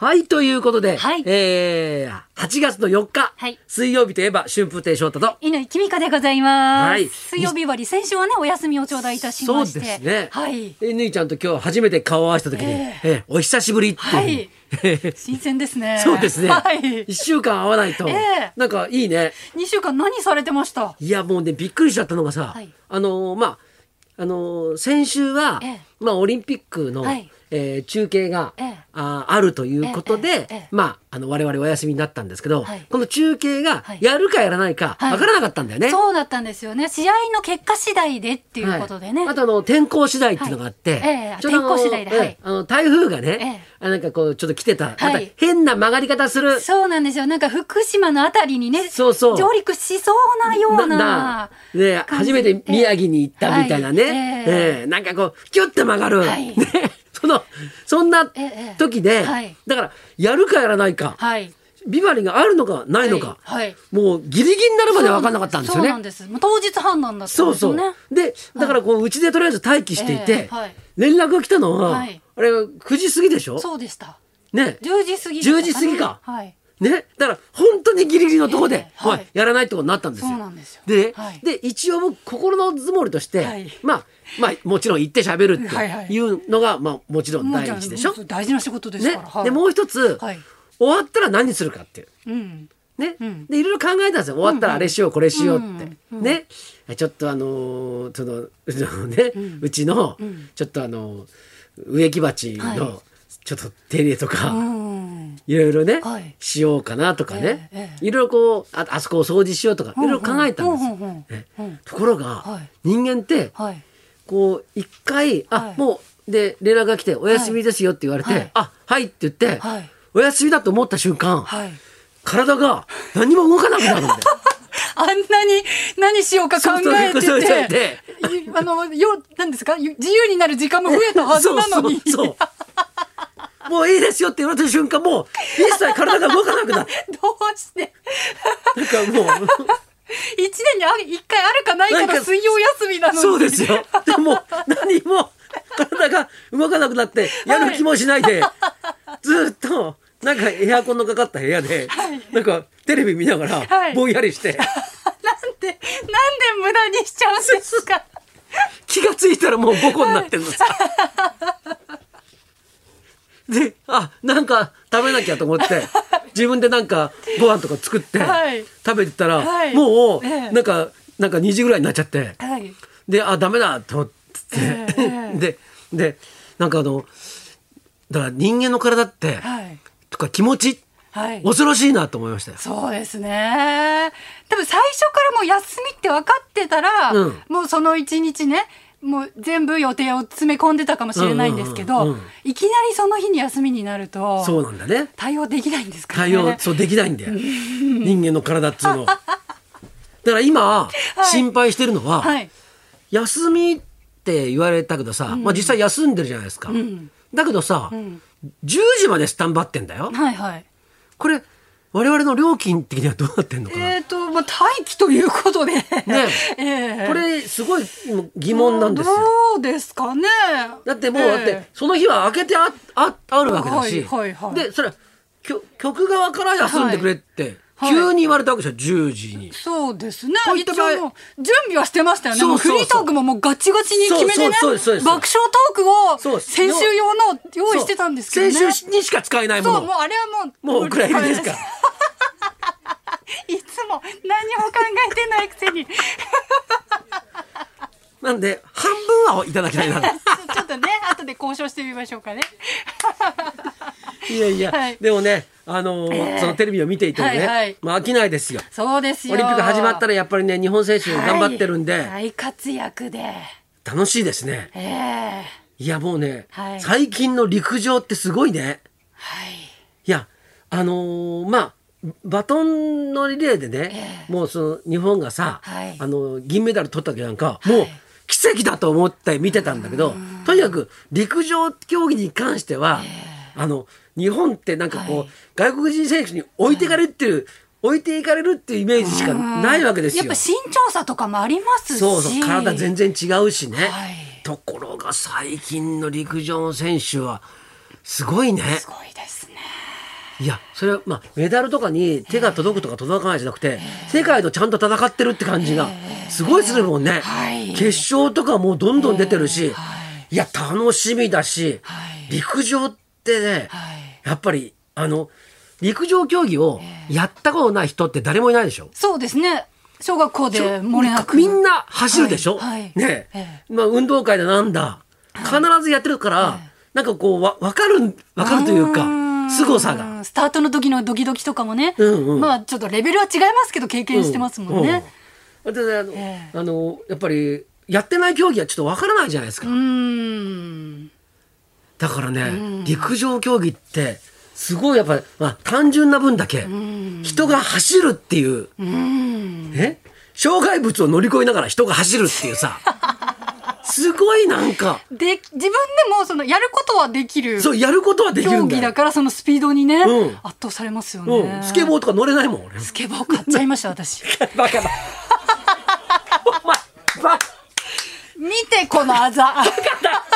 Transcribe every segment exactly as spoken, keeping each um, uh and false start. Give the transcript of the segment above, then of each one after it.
はい、ということで、 はいえー、はちがつのよっか、 はい、 水曜日といえば春風亭昇太と乾きみかでございます、 はい、 水曜日終わり、先週はねお休みを頂戴いたしまして、 そうですね、 はい、 えぬいちゃんと今日初めて顔を合わせた時に、えーえー、お久しぶりっていう、 はい、新鮮ですね。 そうですね、 はい、 いっしゅうかん会わないと、えー、なんかいいね。 にしゅうかん何されてました？ いやもうねびっくりしちゃったのがさ、はい、あのー、まああのー、先週は、えー、まあオリンピックの、はい、えー、中継が、ええ、あ, あるということで、えええ、まあ、あの我々お休みになったんですけど、はい、この中継がやるかやらないか分からなかったんだよね、 はい、そうだったんですよね。試合の結果次第でっていうことでね、はい、 あとあの天候次第っていうのがあって、 はい、ええ、天候次第で、はい、 あの台風がね、ええ、なんかこうちょっと来てた、はい、また変な曲がり方する。 そうなんですよ。なんか福島のあたりにね、 そうそう上陸しそうなような、 なで初めて宮城に行ったみたいなね、ええええ、なんかこうキュッて曲がる、はい、ね、そのそんな時で、ええ、はい、だからやるかやらないか、はい、ビバリがあるのかないのか、はいはい、もうギリギリになるまで分かんなかったんですよね。 そうなんです。もう当日判断だったんですよね。 そうそうでだからこううちでとりあえず待機していて、えーはい、連絡が来たのは、はい、あれくじ過ぎでしょ。 そうでしたね、 じゅうじ過ぎでしたかね。 じゅうじ過ぎか、 はい、 ね、だから本当にギリギリのところで、えーはい、やらないってことになったんですよ。 そうなんですよ。 で、 はい、 で一応僕心のつもりとして、はい、まあまあもちろん行って喋るっていうのが、はいはい、まあもちろん第一でしょ。 大事な仕事ですから。ね、 はい、でもう一つ、はい、終わったら何するかっていう。うんね、うん、でいろいろ考えたんですよ。終わったらあれしようこれしようって、うんうん、ね、ちょっとあのー、そのね、うん、うちの、うん、ちょっとあの植木鉢のちょっと手入れとか、はい、いろいろね、はい、しようかなとかね、ええ、いろいろこう あ, あそこを掃除しようとかいろいろ考えたんですよ、うんうんね、ところが、はい、人間って、はい、こう一回あ、はい、もうで連絡が来てお休みですよって言われて、はい、あはいって言って、はい、お休みだと思った瞬間、はい、体が何も動かなくなるんだよあんなに何しようか考えてて、そうそうてあのよなんですか、自由になる時間も増えたはずなのにそうそうそうもういいですよって言われた瞬間もう一切体が動かなくなるどうしてなんかもう一年にあ一回あるかないかの水曜休みなのにそうですよ。でも何も体が動かなくなってやる気もしないで、はい、ずっとなんかエアコンのかかった部屋で、はい、なんかテレビ見ながらぼんやりして、はい、 なんでなんで無駄にしちゃうんですか気がついたらもうごこになってるのさ、はい、であなんか食べなきゃと思って自分でなんかご飯とか作って食べてたら、はい、もうなんかなんかにじぐらいになっちゃって、はい、であダメだと思って、えー、ででなんかあのだから人間の体って、はい、とか気持ち、はい、恐ろしいなと思いましたよ。 そうですね。多分最初からもう休みって分かってたら、うん、もうその一日ねもう全部予定を詰め込んでたかもしれないんですけど、うんうんうん、いきなりその日に休みになるとそうなんだね、 対応できないんですかね。 対応そうできないんだよ人間の体っつうのだから今、はい、心配してるのは、はい、休みって言われたけどさ、うんまあ、実際休んでるじゃないですか、うん、だけどさ、うん、じゅうじまでスタンバってんだよ、 はいはい、 これ我々の料金的にはどうなってんのかな。 えーとまあ、待機ということで、ねえー、これすごい疑問なんですよ。 どうですかね。 だってもう、えー、だってその日は開けて あ, あ, あるわけだし、はいはいはい、でそれは局側から休んでくれって、はい急に言われたわけでしょじゅうじに。 そうですね。一応もう準備はしてましたよね。そうそうそうもうフリートークももうガチガチに決めてね爆笑トークを先週用の用意してたんですけどね。 先週にしか使えないもの。 そうもうあれはもうもうお蔵入りですかいつも何も考えてないくせになんで半分はいただきたいなちょっとね後で交渉してみましょうかねいやいや、はい、でもねあのーえー、そのテレビを見ていてもね、はいはい、まあ飽きないですよ。 そうですよ。 オリンピック始まったらやっぱりね日本選手頑張ってるんで、はい、 大活躍で楽しいですね、 えー、いやもうね、はい、最近の陸上ってすごいね、はい、いやあのー、まあバトンのリレーでね、えー、もうその日本がさ、はい、あの銀メダル取った時なんか、はい、もう奇跡だと思って見てたんだけど、とにかく陸上競技に関しては、えー、あの日本ってなんかこう、はい、外国人選手に置いていかれるっていう、はい、置いていかれるっていうイメージしかないわけですよ。 やっぱ身長差とかもありますし、 そうそう体全然違うしね、はい、ところが最近の陸上の選手はすごいね。 すごいですね。 いやそれはまあメダルとかに手が届くとか届かないじゃなくて、世界とちゃんと戦ってるって感じがすごいするもんね、はい、決勝とかもうどんどん出てるし、はい、いや楽しみだし、はい、陸上ってね、はい、やっぱりあの陸上競技をやったことない人って誰もいないでしょ。 そうですね、小学校で漏れなくみんな走るでしょ、はいはい、ねえ、まあ、運動会でなんだ必ずやってるから、はい、なんかこうわ分かる分かるというか凄さが、 スタートの時のドキドキとかもね、うんうん、まあちょっとレベルは違いますけど経験してますもんね、 うんうん、であの、えー、あのやっぱりやってない競技はちょっと分からないじゃないですか。うーん、だからね、うん、陸上競技ってすごいやっぱり、まあ、単純な分だけ人が走るっていう、うん、え障害物を乗り越えながら人が走るっていうさすごいなんかで自分でもそのやることはできる、 そうやることはできるんだよ、 競技だからそのスピードにね、うん、圧倒されますよね、 うん、スケボーとか乗れないもん俺。 スケボー買っちゃいました私バカだお前バカ見てこのあざバカだなんで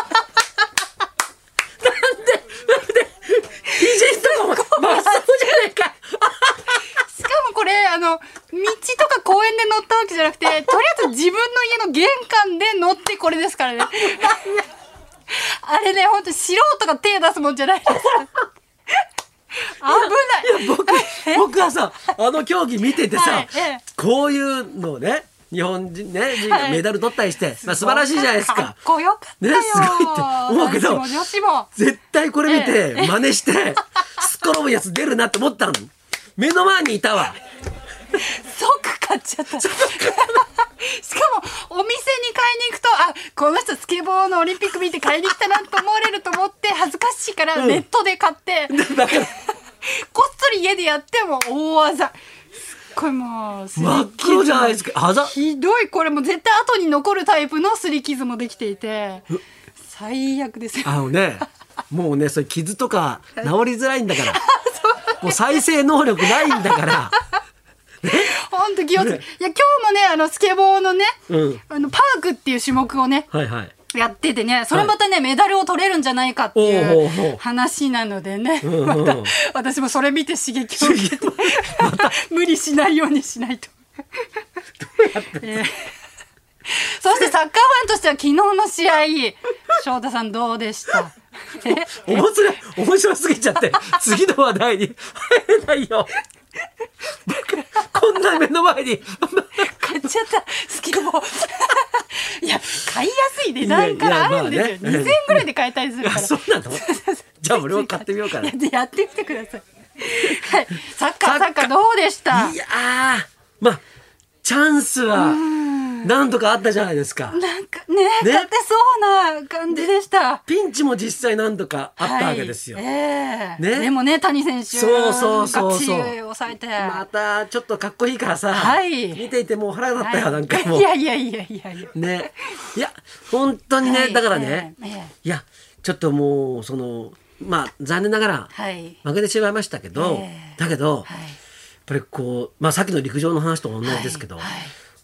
なんで肘とかもまっすぐじゃないかしかもこれあの道とか公園で乗ったわけじゃなくて、とりあえず自分の家の玄関で乗ってこれですからねあれね本当素人が手出すもんじゃないです危ない。 いや僕僕はさあの競技見ててさ、はい、こういうのをね日本人ね人がメダル取ったりして、はい、まあ、素晴らしいじゃないですか。 かっこよかったよ、 ね、すごいって思うけど女子も絶対これ見て真似してすっ転ぶやつ出るなって思ったの。目の前にいたわ即買っちゃったしかもお店に買いに行くと、あこの人スケボーのオリンピック見て買いに来たなと思われると思って恥ずかしいからネットで買って、うん、だからこっそり家でやっても大技、これもう真っ黒じゃないですか。あざひどい。これもう絶対後に残るタイプの擦り傷もできていて最悪ですよ。 あのねもうねそれ傷とか治りづらいんだからもう再生能力ないんだから本当気をつけ、ね、いや今日もねあのスケボーのね、うん、あのパークっていう種目をね、はいはい、やっててね、それまたね、はい、メダルを取れるんじゃないかっていう話なのでね、また私もそれ見て刺激を受けてまた無理しないようにしないとえー、そしてサッカーファンとしては昨日の試合翔太さんどうでした面白い面白すぎちゃって次の話題に入れないよこんな目の前に買っちゃったスケボーいや買いやすい値段からあるんですよ、まあね、にせんえんぐらいで買えたりするからそうなのじゃあ俺も買ってみようかな。 やってみてください、はい、サッカーサッカーどうでした？ いやまあチャンスはなんとかあったじゃないですか。 なんかねね勝てそうな感じでした。 ピンチも実際何とかあったわけですよ、 はい、えーね、でもね谷選手そうそうそうそう抑えてまたちょっとかっこいいからさ、はい、見ていてもう腹が立ったよ、はい、なんかもういやいやいやいやいやねいや本当にね、はい、だからね、えーえー、いやちょっともうそのまあ残念ながら負けてしまいましたけど、はい、だけど、はい、やっぱりこう、まあ、さっきの陸上の話と同じですけど、はいはい、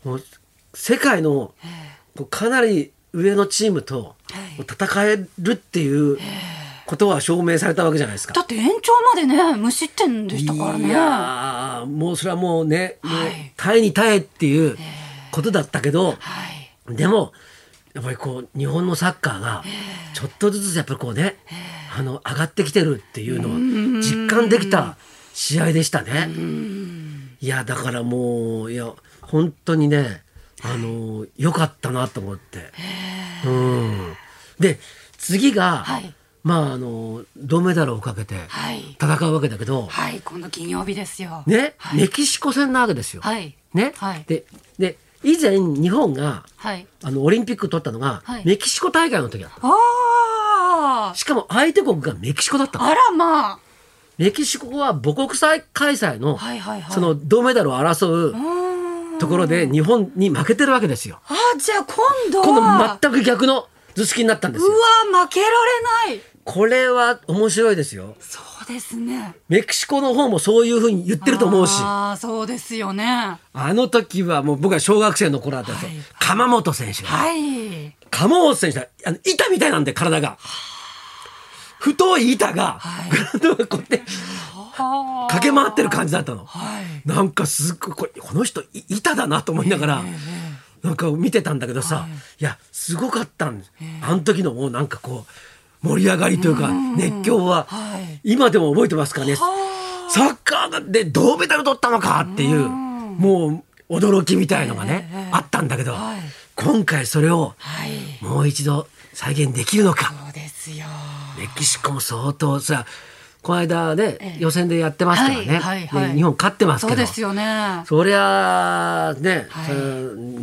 もう世界のかなり上のチームと戦えるっていうことは証明されたわけじゃないですか。 だって延長までね無失点でしたからね。 いやもうそれはもうね、はい、もう耐えに耐えっていうことだったけど、はい、でもやっぱりこう日本のサッカーがちょっとずつやっぱりこうねあの上がってきてるっていうのを実感できた試合でしたね。いやだからもういや本当にねあの良かったなと思って、うん、で次が、はい、まああの銅メダルをかけて戦うわけだけど、 はい、今度金曜日ですよ、 ね、はい、メキシコ戦なわけですよ、はいねはい、でで以前日本が、はい、あのオリンピック取ったのが、はい、メキシコ大会の時だった。あしかも相手国がメキシコだったの。 あらまあメキシコは母国際開催の、はいはいはい、その銅メダルを争うところで日本に負けてるわけですよ。 あじゃあ今度は今度全く逆の図式になったんですよ。 うわ負けられない。 これは面白いですよ。 そうですね。 メキシコの方もそういうふうに言ってると思うし。 あそうですよね。 あの時はもう僕は小学生の頃だったんですよ、はい、鎌本選手が、はい、鎌本選手はあの板みたいなんで体が太い板が、はい、こうやって駆け回ってる感じだったの、 はい、 なんかすっごいこれこの人板だなと思いながら、えー、なんか見てたんだけどさ、はい、いやすごかったんです、えー、あの時のもうなんかこう盛り上がりというか熱狂は今でも覚えてますからね。サッカーで銅メダル取ったのかっていうもう驚きみたいのがね、えー、あったんだけど、はい、今回それをもう一度再現できるのか。 そうですよ。 メキシコも相当さこの間ね、えー、予選でやってますからね、はいはいはい、日本勝ってますけど、 そうですよね。 そりゃね、はい、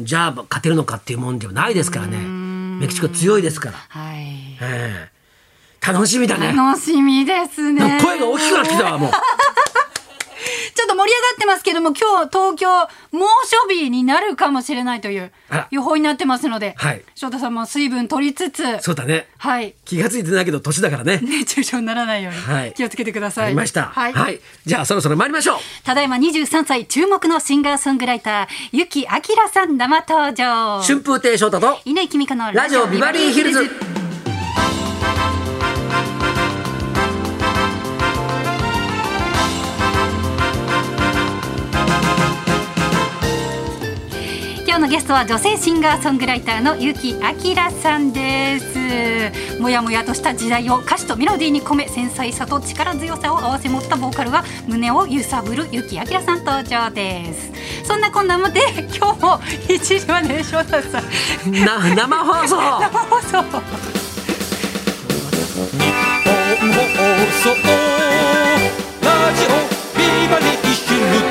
じゃあ勝てるのかっていうもんではないですからね。メキシコ強いですから、はい、えー、楽しみだね。 楽しみですね。 声が大きくなってきたわもうちょっと盛り上がってますけども、今日東京猛暑日になるかもしれないという予報になってますので、はい、翔太さんも水分取りつつ、 そうだね、 はい、 気がついてないけど年だからね、 熱中症にならないように気をつけてください。 ありました、はいはい、じゃあそろそろ参りましょう。 ただいまにじゅうさんさい注目のシンガーソングライター湯木あきらさん生登場。 春風亭昇太と稲井君香のラジオビバリーヒルズ。 今日のゲストは女性シンガーソングライターの湯木あきらさんです。もやもやとした時代を歌詞とメロディーに込め、繊細さと力強さを併せ持ったボーカルが胸を揺さぶる湯木あきらさん登場です。そんなこんなもで今日もいちじまで翔太さんな生放送生放送日本放送ラジオビバリーヒルズ